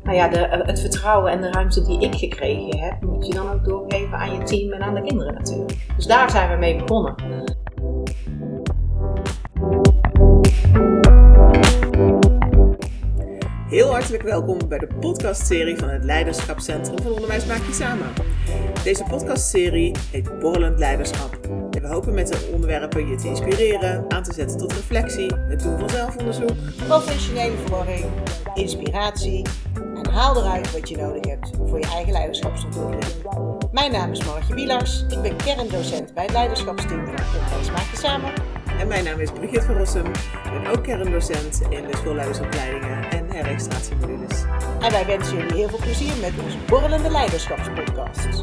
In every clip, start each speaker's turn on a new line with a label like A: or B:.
A: het vertrouwen en de ruimte die ik gekregen heb, moet je dan ook doorgeven aan je team en aan de kinderen natuurlijk. Dus daar zijn we mee begonnen.
B: Heel hartelijk welkom bij de podcastserie van het Leiderschapscentrum van Onderwijs Maak Je Samen. Deze podcastserie heet Borrelend Leiderschap. En we hopen met de onderwerpen je te inspireren, aan te zetten tot reflectie, het doen van zelfonderzoek,
C: professionele verwarring, inspiratie en haal eruit wat je nodig hebt voor je eigen leiderschapsontwikkeling. Mijn naam is Margje Wielars, ik ben kerndocent bij het leiderschapsteam van Onderwijs Maak Je Samen.
B: En mijn naam is Brigitte van Rossum, ik ben ook kerndocent in de schoolleidersopleidingen en herregistratiemodules.
C: En wij wensen jullie heel veel plezier met onze borrelende leiderschapspodcasts.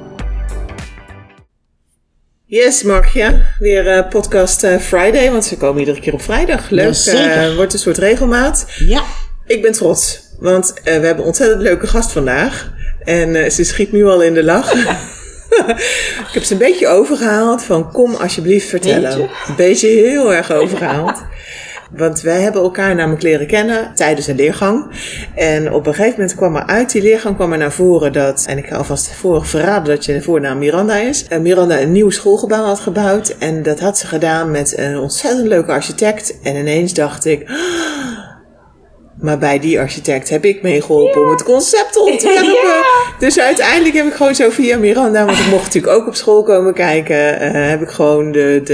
B: Yes, Margje. Weer podcast Friday, want ze komen iedere keer op vrijdag. Leuk, wordt een soort regelmaat.
C: Ja.
B: Ik ben trots, want we hebben een ontzettend leuke gast vandaag. En ze schiet nu al in de lach. Ik heb ze een beetje overgehaald van kom alsjeblieft vertellen. Een beetje heel erg overgehaald. Want wij hebben elkaar namelijk leren kennen tijdens een leergang. En op een gegeven moment kwam er uit die leergang naar voren dat, en ik ga alvast verraden dat je de voornaam Miranda is. Miranda een nieuw schoolgebouw had gebouwd. En dat had ze gedaan met een ontzettend leuke architect. En ineens dacht ik, maar bij die architect heb ik meegeholpen om het concept te ontwerpen. Ja. Dus uiteindelijk heb ik gewoon zo via Miranda, want ik mocht natuurlijk ook op school komen kijken, heb ik gewoon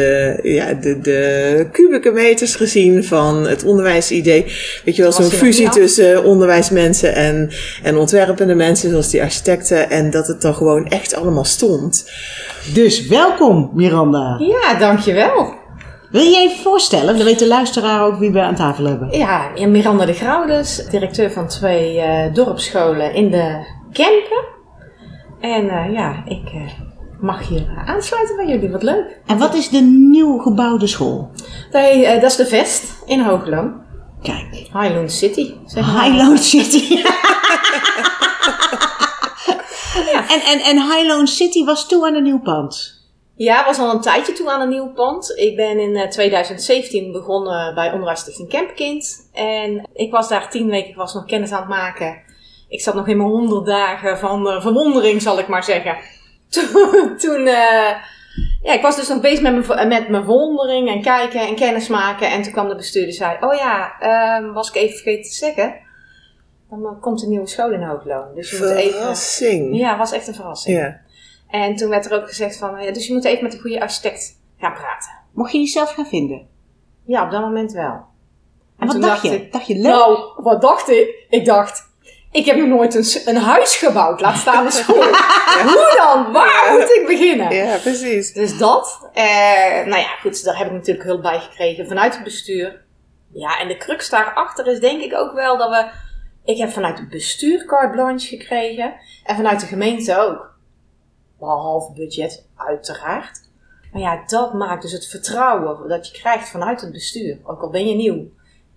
B: de kubieke meters gezien van het onderwijsidee. Weet je wel, zo'n fusie tussen onderwijsmensen en ontwerpende mensen zoals die architecten. En dat het dan gewoon echt allemaal stond.
C: Dus welkom Miranda.
A: Ja, dankjewel.
C: Wil je je even voorstellen? Dan weet de luisteraar ook wie we aan tafel hebben.
A: Ja, Miranda de Graudes, directeur van 2 dorpsscholen in de Kempen. En ik mag hier aansluiten bij jullie, wat leuk.
C: En wat is de nieuw gebouwde school?
A: Dat is de Vest in Hoogloon.
C: Kijk.
A: Highland City.
C: Highland City. Ja. En Highland City was toe aan een nieuw pand.
A: Ja, was al een tijdje toe aan een nieuw pand. Ik ben in 2017 begonnen bij Onderwijsstichting Kempenkind. En ik was daar 10 weken, ik was nog kennis aan het maken. Ik zat nog in mijn 100 dagen van verwondering, zal ik maar zeggen. Ik was dus nog bezig met mijn verwondering en kijken en kennis maken. En toen kwam de bestuurder en zei, was ik even vergeten te zeggen. Dan komt een nieuwe school in Hoogloon. Dus je
B: Verrassing.
A: moet even. Ja, was echt een verrassing.
B: Ja.
A: En toen werd er ook gezegd van, dus je moet even met een goede architect gaan praten.
C: Mocht je die zelf gaan vinden?
A: Ja, op dat moment wel.
C: En wat dacht je? Dacht je leuk?
A: Nou, wat dacht ik? Ik dacht, ik heb nog nooit een huis gebouwd, laat staan een school. Hoe dan? Waar moet ik beginnen?
B: Ja, precies.
A: Dus dat. Goed, daar heb ik natuurlijk hulp bij gekregen vanuit het bestuur. Ja, en de crux daarachter is denk ik ook wel dat ik heb vanuit het bestuur carte blanche gekregen. En vanuit de gemeente ook. Behalve budget, uiteraard. Maar ja, dat maakt dus het vertrouwen dat je krijgt vanuit het bestuur. Ook al ben je nieuw.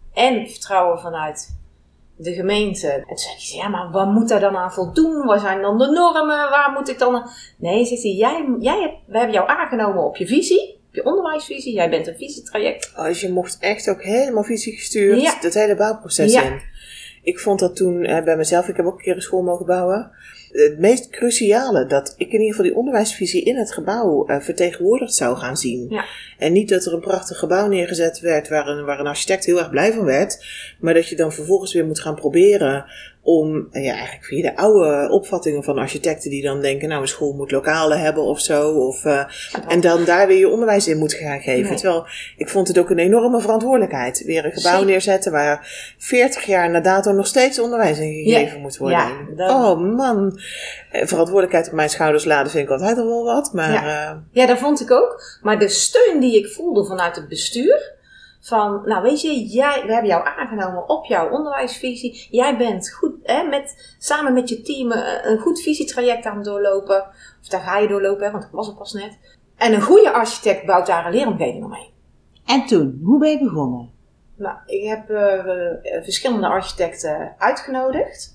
A: En vertrouwen vanuit de gemeente. En toen zei hij, ja, maar wat moet daar dan aan voldoen? Wat zijn dan de normen? Waar moet ik dan... Nee, zegt hij, we hebben jou aangenomen op je visie. Op je onderwijsvisie. Jij bent een visietraject.
B: Dus je mocht echt ook helemaal visiegestuurd het hele bouwproces in. Ik vond dat toen bij mezelf, ik heb ook een keer een school mogen bouwen. Het meest cruciale, dat ik in ieder geval die onderwijsvisie in het gebouw vertegenwoordigd zou gaan zien. Ja. En niet dat er een prachtig gebouw neergezet werd waar een architect heel erg blij van werd. Maar dat je dan vervolgens weer moet gaan proberen om, eigenlijk via de oude opvattingen van architecten die dan denken, nou een school moet lokalen hebben of zo. En dan daar weer je onderwijs in moet gaan geven. Nee. Terwijl, ik vond het ook een enorme verantwoordelijkheid. Weer een gebouw neerzetten waar 40 jaar na dato nog steeds onderwijs in gegeven moet worden. Ja, oh man. Verantwoordelijkheid op mijn schouders laden vind ik altijd al wel wat. Maar,
A: ja, dat vond ik ook. Maar de steun die ik voelde vanuit het bestuur. Van, nou weet je, we hebben jou aangenomen op jouw onderwijsvisie. Jij bent goed, samen met je team een goed visietraject aan het doorlopen. Of daar ga je doorlopen, want ik was het pas net. En een goede architect bouwt daar een leeromgeving omheen.
C: En toen, hoe ben je begonnen?
A: Nou, ik heb verschillende architecten uitgenodigd.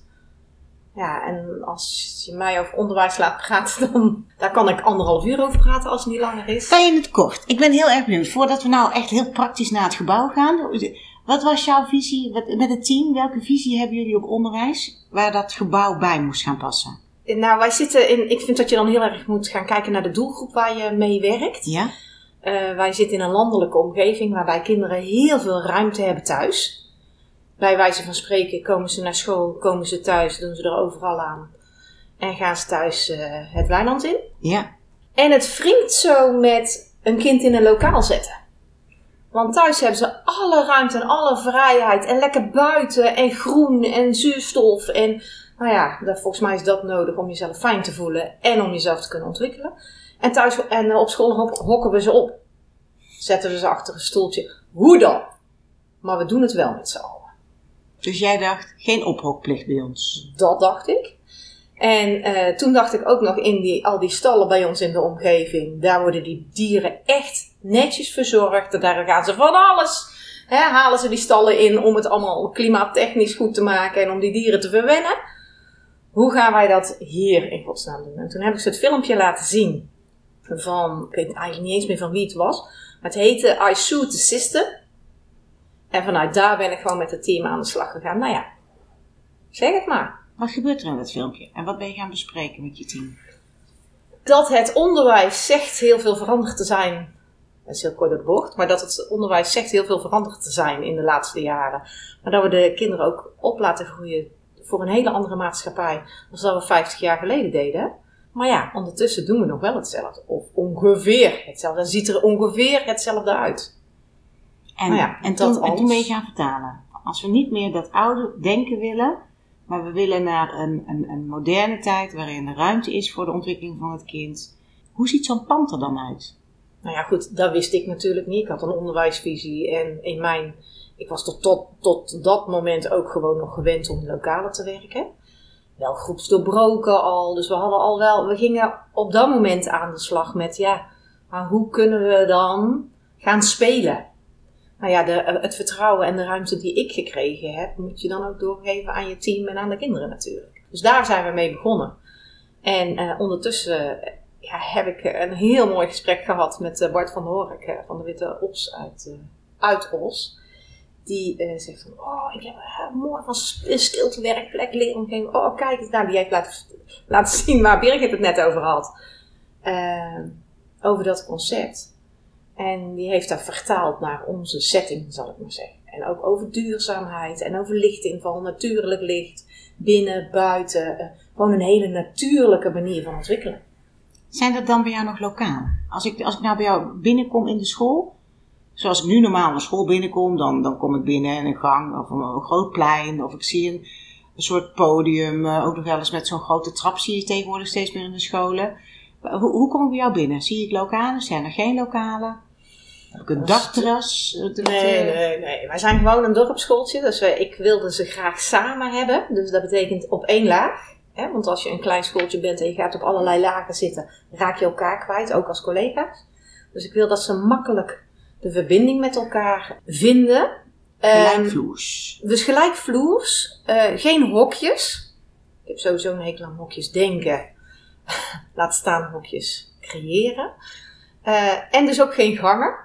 A: Ja, en als je mij over onderwijs laat praten, dan daar kan ik 1,5 uur over praten als het niet langer is.
C: Kan je het kort? Ik ben heel erg benieuwd. Voordat we nou echt heel praktisch naar het gebouw gaan. Wat was jouw visie met het team? Welke visie hebben jullie op onderwijs waar dat gebouw bij moest gaan passen?
A: Nou, wij zitten ik vind dat je dan heel erg moet gaan kijken naar de doelgroep waar je mee werkt.
C: Ja?
A: Wij zitten in een landelijke omgeving waarbij kinderen heel veel ruimte hebben thuis. Bij wijze van spreken komen ze naar school, komen ze thuis, doen ze er overal aan. En gaan ze thuis het weiland in.
C: Ja.
A: En het wringt zo met een kind in een lokaal zetten. Want thuis hebben ze alle ruimte en alle vrijheid. En lekker buiten en groen en zuurstof. En nou ja, volgens mij is dat nodig om jezelf fijn te voelen. En om jezelf te kunnen ontwikkelen. En thuis en op school hokken we ze op. Zetten we ze achter een stoeltje. Hoe dan? Maar we doen het wel met z'n allen.
C: Dus jij dacht, geen ophokplicht bij ons?
A: Dat dacht ik. En toen dacht ik ook nog al die stallen bij ons in de omgeving. Daar worden die dieren echt netjes verzorgd. Daar gaan ze van alles. Halen ze die stallen in om het allemaal klimaattechnisch goed te maken. En om die dieren te verwennen. Hoe gaan wij dat hier in godsnaam doen? En toen heb ik ze het filmpje laten zien. Van, ik weet eigenlijk niet eens meer van wie het was. Maar het heette I Sued the System. En vanuit daar ben ik gewoon met het team aan de slag gegaan. Nou ja, zeg het maar.
C: Wat gebeurt er in dat filmpje? En wat ben je gaan bespreken met je team?
A: Dat het onderwijs zegt heel veel veranderd te zijn. Dat is heel kort door de bocht. Maar dat het onderwijs zegt heel veel veranderd te zijn in de laatste jaren. Maar dat we de kinderen ook op laten groeien voor een hele andere maatschappij. Dan dat we 50 jaar geleden deden. Maar ja, ondertussen doen we nog wel hetzelfde. Of ongeveer hetzelfde. Dan ziet er ongeveer hetzelfde uit.
C: En toen ben je gaan vertalen. Als we niet meer dat oude denken willen, maar we willen naar een moderne tijd waarin er ruimte is voor de ontwikkeling van het kind. Hoe ziet zo'n pand er dan uit? Nou ja, goed, dat wist ik natuurlijk niet. Ik had een onderwijsvisie en ik was tot dat moment ook gewoon nog gewend om in lokalen te werken. Wel groepsdoorbroken al, dus we gingen op dat moment aan de slag met, maar hoe kunnen we dan gaan spelen? Nou ja, het vertrouwen en de ruimte die ik gekregen heb, moet je dan ook doorgeven aan je team en aan de kinderen natuurlijk. Dus daar zijn we mee begonnen. En ondertussen heb ik een heel mooi gesprek gehad met Bart van der Hork van de Witte Os uit Os. Die zegt van, ik heb mooi van stilte werkplek, leeromgeving. Oh, kijk eens, nou, die heeft laten zien waar Birgit het net over had. Over dat concept. En die heeft dat vertaald naar onze setting, zal ik maar zeggen. En ook over duurzaamheid en over lichtinval, natuurlijk licht, binnen, buiten. Gewoon een hele natuurlijke manier van ontwikkelen. Zijn dat dan bij jou nog lokaal? Als ik nou bij jou binnenkom in de school, zoals ik nu normaal naar school binnenkom, dan kom ik binnen in een gang of een groot plein. Of ik zie een soort podium, ook nog wel eens met zo'n grote trap zie je tegenwoordig steeds meer in de scholen. Hoe kom ik bij jou binnen? Zie ik lokalen? Zijn er geen lokalen? Heb ik een dakterras?
A: Nee. Wij zijn gewoon een dorpsschooltje. Dus ik wilde ze graag samen hebben. Dus dat betekent op één laag. Hè? Want als je een klein schooltje bent en je gaat op allerlei lagen zitten, raak je elkaar kwijt, ook als collega's. Dus ik wil dat ze makkelijk de verbinding met elkaar vinden.
C: Gelijkvloers.
A: Dus gelijkvloers. Geen hokjes. Ik heb sowieso een hekel aan hokjes denken. Laat staan hokjes creëren. En dus ook geen gangen.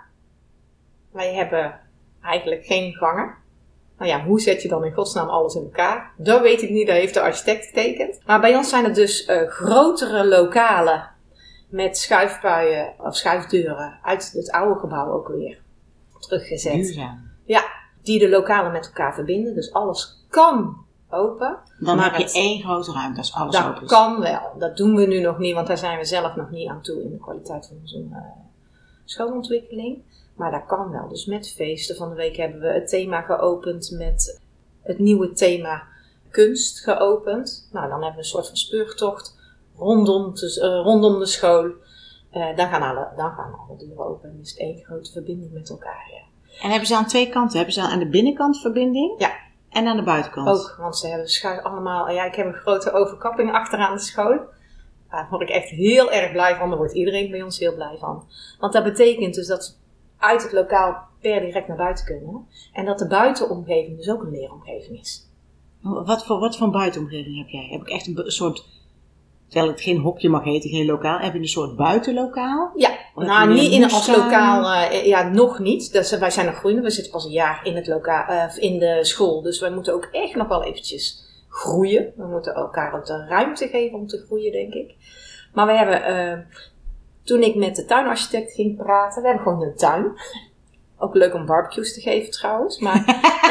A: Wij hebben eigenlijk geen gangen. Nou ja, hoe zet je dan in godsnaam alles in elkaar? Dat weet ik niet, dat heeft de architect getekend. Maar bij ons zijn het dus grotere lokalen met schuifpuien of schuifdeuren uit het oude gebouw ook weer teruggezet.
C: Duurzaam.
A: Ja, die de lokalen met elkaar verbinden. Dus alles kan open.
C: Dan heb je één grote ruimte als alles open is.
A: Dat kan wel. Dat doen we nu nog niet, want daar zijn we zelf nog niet aan toe in de kwaliteit van onze schoolontwikkeling. Maar dat kan wel. Dus met feesten van de week hebben we het thema geopend met het nieuwe thema kunst geopend. Nou, dan hebben we een soort van speurtocht rondom de school. Dan gaan alle deuren open en is het één grote verbinding met elkaar. Ja.
C: En hebben ze aan twee kanten? Hebben ze aan de binnenkant verbinding?
A: Ja.
C: En aan de buitenkant?
A: Ook, want ze hebben allemaal... Ja, ik heb een grote overkapping achteraan de school. Daar word ik echt heel erg blij van. Daar wordt iedereen bij ons heel blij van. Want dat betekent dus dat ze uit het lokaal per direct naar buiten kunnen. En dat de buitenomgeving dus ook een leeromgeving is.
C: Wat voor buitenomgeving heb jij? Heb ik echt een soort terwijl het geen hokje mag heten, geen lokaal, heb je een soort buitenlokaal?
A: Ja, nou niet in als lokaal, nog niet. Dus, wij zijn nog groeiende, we zitten pas een jaar in het lokaal, in de school. Dus wij moeten ook echt nog wel eventjes groeien. We moeten elkaar ook de ruimte geven om te groeien, denk ik. Maar we hebben, toen ik met de tuinarchitect ging praten, we hebben gewoon een tuin. Ook leuk om barbecues te geven trouwens, maar...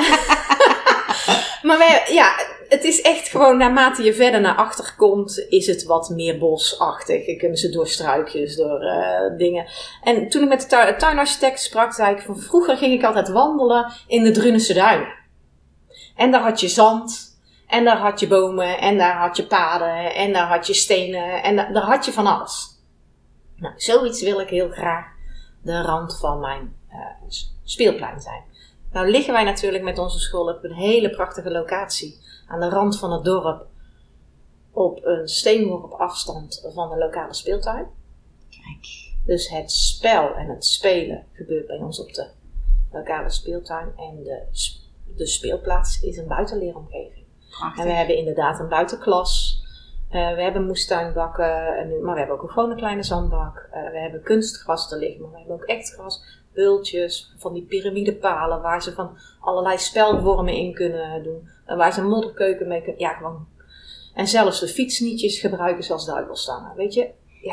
A: maar het is echt gewoon, naarmate je verder naar achter komt, is het wat meer bosachtig. Je kunt ze door struikjes, door dingen. En toen ik met de tuinarchitect sprak, zei ik van vroeger ging ik altijd wandelen in de Drunense duinen. En daar had je zand, en daar had je bomen, en daar had je paden, en daar had je stenen, en daar had je van alles. Nou, zoiets wil ik heel graag de rand van mijn speelplein zijn. Nou liggen wij natuurlijk met onze school op een hele prachtige locatie aan de rand van het dorp op een steenworp afstand van de lokale speeltuin. Kijk. Dus het spel en het spelen gebeurt bij ons op de lokale speeltuin en de speelplaats is een buitenleeromgeving. Prachtig. En we hebben inderdaad een buitenklas. We hebben moestuinbakken, maar we hebben ook een gewone kleine zandbak. We hebben kunstgras te liggen, maar we hebben ook echt gras. Bultjes, van die piramidepalen waar ze van allerlei spelvormen in kunnen doen. En waar ze een modderkeuken mee kunnen... Ja, gewoon. En zelfs de fietsnietjes gebruiken ze als duivelstangen. Weet je? Ja.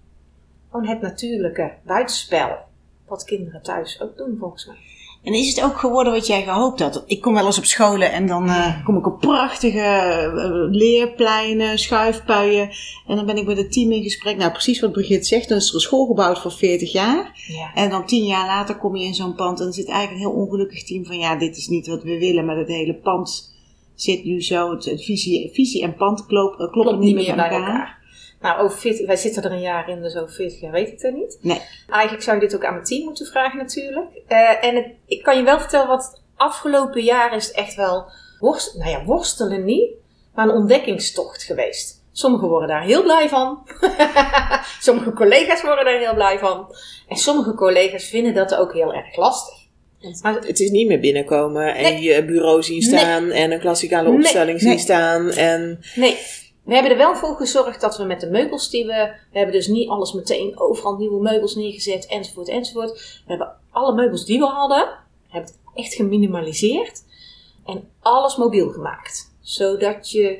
A: Gewoon het natuurlijke buitenspel. Wat kinderen thuis ook doen, volgens mij.
C: En is het ook geworden wat jij gehoopt had? Ik kom wel eens op scholen en dan kom ik op prachtige leerpleinen, schuifpuien. En dan ben ik met het team in gesprek. Nou, precies wat Brigitte zegt. Dan is er een school gebouwd voor 40 jaar. Ja. En dan 10 jaar later kom je in zo'n pand. En dan zit eigenlijk een heel ongelukkig team van... Ja, dit is niet wat we willen. Maar het hele pand zit nu zo... Het visie en pand kloppen niet meer bij elkaar.
A: Nou, over 40, wij zitten er een jaar in, dus over 40 jaar weet ik het er niet.
C: Nee.
A: Eigenlijk zou je dit ook aan mijn team moeten vragen natuurlijk. Ik kan je wel vertellen wat het afgelopen jaar is echt wel worstelen niet, maar een ontdekkingstocht geweest. Sommigen worden daar heel blij van. Sommige collega's worden daar heel blij van. En sommige collega's vinden dat ook heel erg lastig.
B: Maar het is niet meer binnenkomen en je bureau zien staan en een klassikale opstelling zien staan.
A: Nee. We hebben er wel voor gezorgd dat we met de meubels we hebben dus niet alles meteen overal nieuwe meubels neergezet enzovoort. We hebben alle meubels die we hadden, hebben het echt geminimaliseerd en alles mobiel gemaakt. Zodat je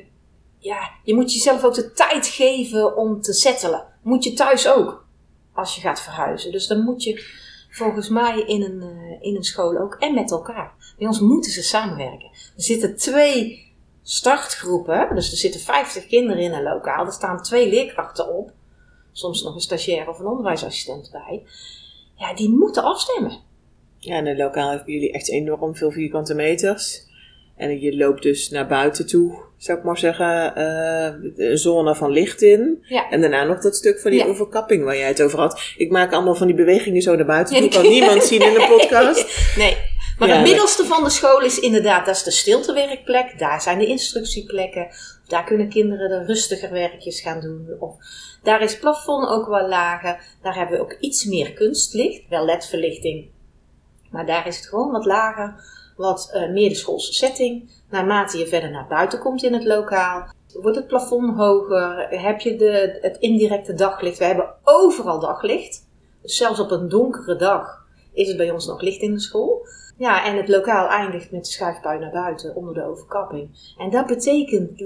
A: moet jezelf ook de tijd geven om te settelen. Moet je thuis ook, als je gaat verhuizen. Dus dan moet je volgens mij in een school ook en met elkaar. Bij ons moeten ze samenwerken. Er zitten 2 startgroepen, dus er zitten 50 kinderen in een lokaal. Er staan 2 leerkrachten op. Soms nog een stagiair of een onderwijsassistent bij. Ja, die moeten afstemmen.
B: Ja, en een lokaal hebben jullie echt enorm veel vierkante meters. En je loopt dus naar buiten toe, zou ik maar zeggen, een zone van licht in. Ja. En daarna nog dat stuk van die overkapping waar jij het over had. Ik maak allemaal van die bewegingen zo naar buiten toe. Kan niemand zien in de podcast.
A: Nee. Maar het middelste van de school is inderdaad, dat is de stiltewerkplek. Daar zijn de instructieplekken. Daar kunnen kinderen de rustiger werkjes gaan doen. Of daar is het plafond ook wel lager. Daar hebben we ook iets meer kunstlicht. Wel ledverlichting. Maar daar is het gewoon wat lager. Wat meer de schoolse setting. Naarmate je verder naar buiten komt in het lokaal, wordt het plafond hoger. Heb je het indirecte daglicht. We hebben overal daglicht. Dus zelfs op een donkere dag is het bij ons nog licht in de school. Ja, en het lokaal eindigt met de schuifpui naar buiten onder de overkapping. En dat betekent,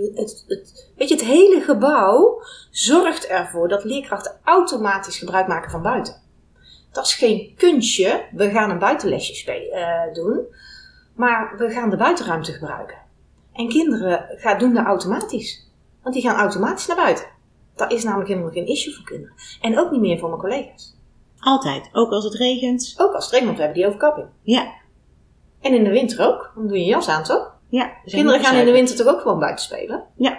A: het hele gebouw zorgt ervoor dat leerkrachten automatisch gebruik maken van buiten. Dat is geen kunstje, we gaan een buitenlesje doen, maar we gaan de buitenruimte gebruiken. En kinderen doen dat automatisch, want die gaan automatisch naar buiten. Dat is namelijk helemaal geen issue voor kinderen. En ook niet meer voor mijn collega's.
C: Altijd, ook als het regent?
A: Ook als het regent, want we hebben die overkapping.
C: Ja.
A: En in de winter ook. Dan doe je jas aan, toch?
C: Ja.
A: Kinderen gaan in de winter toch ook gewoon buiten spelen?
C: Ja.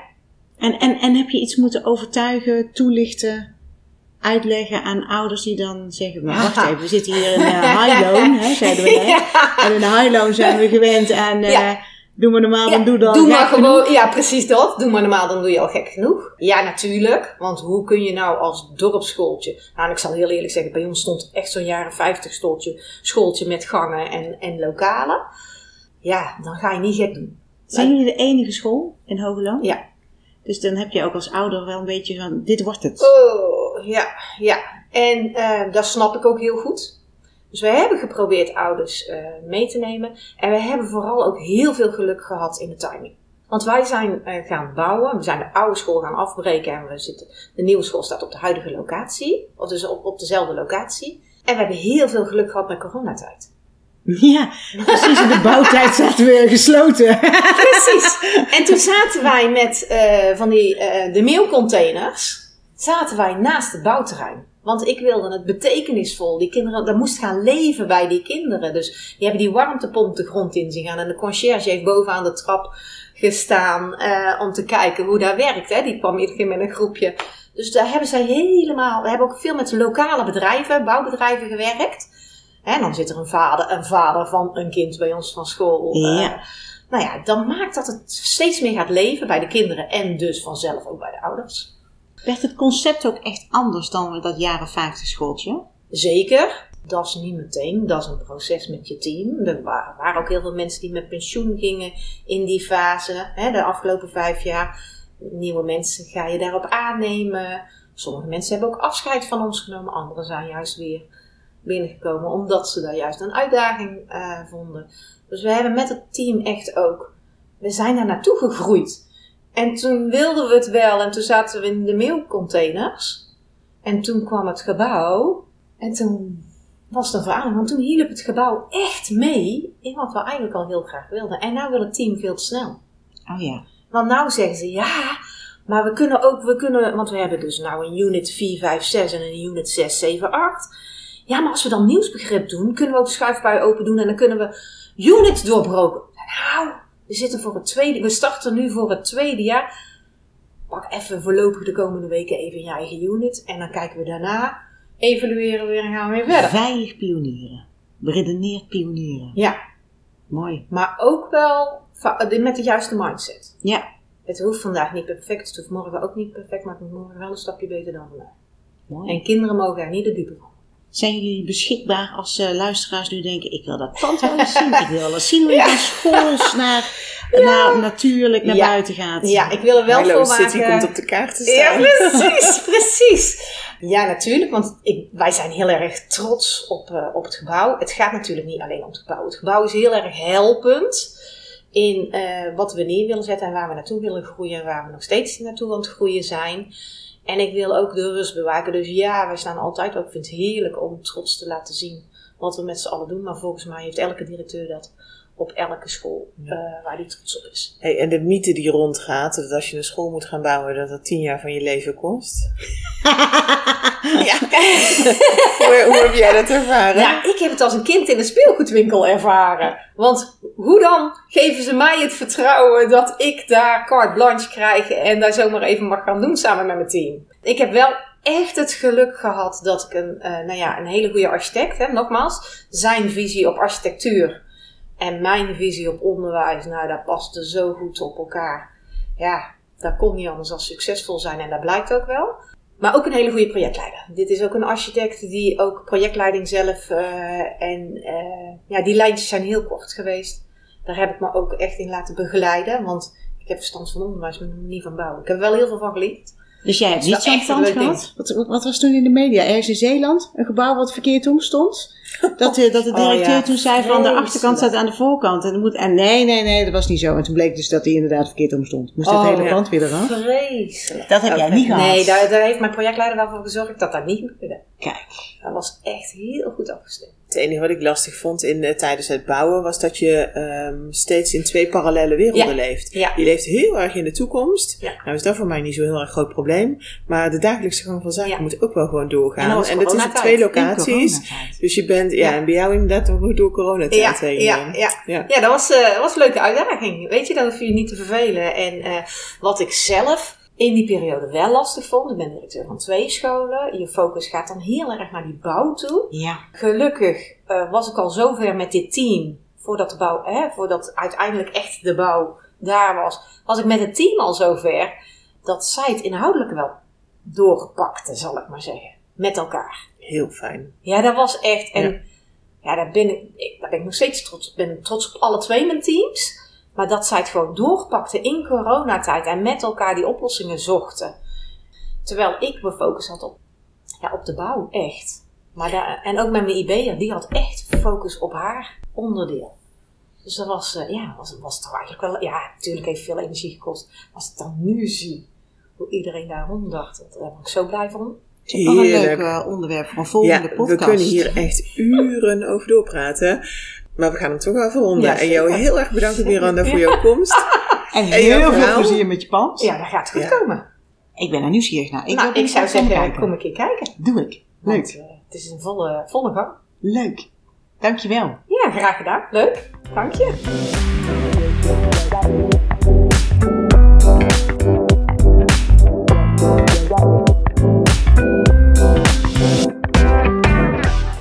C: En heb je iets moeten overtuigen, toelichten, uitleggen aan ouders die dan zeggen... Maar wacht even, we zitten hier in high-loan, zeiden we net. Ja. En in high-loan zijn we gewend aan... Doe maar normaal, dan doe dan gek genoeg.
A: Ja, precies dat. Doe maar normaal, dan doe je al gek genoeg. Ja, natuurlijk. Want hoe kun je nou als dorpsschooltje... Nou, ik zal heel eerlijk zeggen, bij ons stond echt zo'n jaren 50 schooltje met gangen en lokalen. Ja, dan ga je niet gek doen.
C: Zijn jullie de enige school in Hogeland?
A: Ja.
C: Dus dan heb je ook als ouder wel een beetje van, dit wordt het.
A: Oh, ja. En dat snap ik ook heel goed. Dus we hebben geprobeerd ouders mee te nemen. En we hebben vooral ook heel veel geluk gehad in de timing. Want wij zijn gaan bouwen. We zijn de oude school gaan afbreken. En de nieuwe school staat op de huidige locatie. Of dus op dezelfde locatie. En we hebben heel veel geluk gehad met coronatijd.
C: Ja, precies. In de bouwtijd zaten we gesloten.
A: Precies. En toen zaten wij met de mailcontainers. Zaten wij naast het bouwterrein. Want ik wilde het betekenisvol. Die kinderen, dat moest gaan leven bij die kinderen. Dus die hebben die warmtepomp de grond in zien gaan. En de conciërge heeft bovenaan de trap gestaan om te kijken hoe dat werkt. Hè. Die kwam iedere keer met een groepje. Dus daar hebben zij helemaal... We hebben ook veel met lokale bedrijven, bouwbedrijven gewerkt. En dan zit er een vader van een kind bij ons van school. Dan maakt dat het steeds meer gaat leven bij de kinderen. En dus vanzelf ook bij de ouders.
C: Werd het concept ook echt anders dan dat jaren 50 schooltje?
A: Zeker. Dat is niet meteen. Dat is een proces met je team. Er waren ook heel veel mensen die met pensioen gingen in die fase. De afgelopen 5 jaar. Nieuwe mensen ga je daarop aannemen. Sommige mensen hebben ook afscheid van ons genomen. Anderen zijn juist weer binnengekomen. Omdat ze daar juist een uitdaging vonden. Dus we hebben met het team echt ook... We zijn daar naartoe gegroeid. En toen wilden we het wel. En toen zaten we in de mailcontainers. En toen kwam het gebouw. En toen was het een verandering. Want toen hielp het gebouw echt mee. In wat we eigenlijk al heel graag wilden. En nou wil het team veel te snel.
C: Oh ja.
A: Want nou zeggen ze ja. Maar we kunnen. Want we hebben dus nou een unit 4, 5, 6 en een unit 6, 7, 8. Ja, maar als we dan nieuwsbegrip doen. Kunnen we ook de schuifpui open doen. En dan kunnen we units doorbroken. Nou... We starten nu voor het 2e jaar. Pak even voorlopig de komende weken even je eigen unit. En dan kijken we daarna. Evalueren we weer en gaan we weer verder.
C: Veilig pionieren. Beredeneerd pionieren.
A: Ja.
C: Mooi.
A: Maar ook wel met de juiste mindset.
C: Ja.
A: Het hoeft vandaag niet perfect. Het hoeft morgen ook niet perfect. Maar het moet morgen wel een stapje beter dan vandaag.
C: Mooi.
A: En kinderen mogen er niet de dupe van.
C: Zijn jullie beschikbaar als luisteraars nu denken... Ik wil dat pand wel eens zien. Ik wil wel eens zien hoe je van schools naar natuurlijk naar buiten gaat.
A: Ja, ik wil er wel voor maken.
B: City komt op de kaart te staan.
A: Ja, precies. Ja, natuurlijk. Want wij zijn heel erg trots op het gebouw. Het gaat natuurlijk niet alleen om het gebouw. Het gebouw is heel erg helpend in wat we neer willen zetten... en waar we naartoe willen groeien... en waar we nog steeds naartoe aan het groeien zijn... En ik wil ook de rust bewaken. Dus ja, wij staan altijd op. Ik vind het heerlijk om trots te laten zien wat we met z'n allen doen. Maar volgens mij heeft elke directeur dat op elke school waar die trots op is.
B: Hey, en de mythe die rondgaat, dat als je een school moet gaan bouwen, dat dat 10 jaar van je leven kost. Ja. Hoe heb jij dat ervaren?
A: Ja, ik heb het als een kind in een speelgoedwinkel ervaren. Want hoe dan geven ze mij het vertrouwen dat ik daar carte blanche krijg en daar zomaar even mag gaan doen samen met mijn team. Ik heb wel echt het geluk gehad dat ik een hele goede architect, nogmaals, zijn visie op architectuur en mijn visie op onderwijs, dat paste zo goed op elkaar. Ja, dat kon niet anders dan succesvol zijn en dat blijkt ook wel. Maar ook een hele goede projectleider. Dit is ook een architect die ook projectleiding zelf... die lijntjes zijn heel kort geweest. Daar heb ik me ook echt in laten begeleiden. Want ik heb verstand van onderwijs, maar niet van bouwen. Ik heb er wel heel veel van geleerd.
C: Dus jij hebt niet zo'n verstand gehad? Wat was toen in de media? Ergens in Zeeland? Een gebouw wat verkeerd omstond? Dat de directeur toen zei van de achterkant staat aan de voorkant. En nee, dat was niet zo. En toen bleek dus dat hij inderdaad verkeerd omstond. Moest dat hele pand weer eraf?
A: Vreselijk.
C: Dat heb jij niet gehad?
A: Nee, daar heeft mijn projectleider wel voor gezorgd dat dat niet gebeurde.
C: Kijk.
A: Dat was echt heel goed afgestemd.
B: Het enige wat ik lastig vond tijdens het bouwen was dat je steeds in 2 parallele werelden leeft. Ja. Je leeft heel erg in de toekomst. Ja. Nou is dat voor mij niet zo'n heel erg groot probleem. Maar de dagelijkse gang van zaken moet ook wel gewoon doorgaan. En dat is op 2 locaties. Dus je bent, en bij jou inderdaad ook nog door coronatijd heen.
A: Ja, dat was een leuke uitdaging. Weet je, dan hoef je je niet te vervelen. En wat ik zelf in die periode wel lastig vond. Ik ben directeur van 2 scholen. Je focus gaat dan heel erg naar die bouw toe. Ja. Gelukkig was ik al zover met dit team. Voordat uiteindelijk echt de bouw daar was ik met het team al zover dat zij het inhoudelijk wel doorpakten, zal ik maar zeggen. Met elkaar.
B: Heel fijn.
A: Ja, dat was echt. En daar ben ik nog steeds trots op. Ik ben trots op alle 2 mijn teams. Maar dat zij het gewoon doorpakten in coronatijd en met elkaar die oplossingen zochten. Terwijl ik me focus had op de bouw, echt. En ook met mijn IB'er, die had echt focus op haar onderdeel. Dus dat was toch eigenlijk wel... Ja, natuurlijk heeft veel energie gekost. Als ik dan nu zie hoe iedereen daar rond dacht, daar ben ik zo blij van.
C: Nog een leuk onderwerp voor een volgende podcast.
B: We kunnen hier echt uren over doorpraten. Maar we gaan hem toch afronden. Ja, en jou heel erg bedanken, Miranda, voor jouw komst.
C: En heel veel plezier met je pand.
A: Ja, dat gaat goed komen.
C: Ik ben er nieuwsgierig naar.
A: Ik zou zeggen, kom een keer kijken.
C: Doe ik. Leuk.
A: Want, het is een volle gang.
C: Leuk. Dankjewel.
A: Ja, graag gedaan. Leuk. Dank je.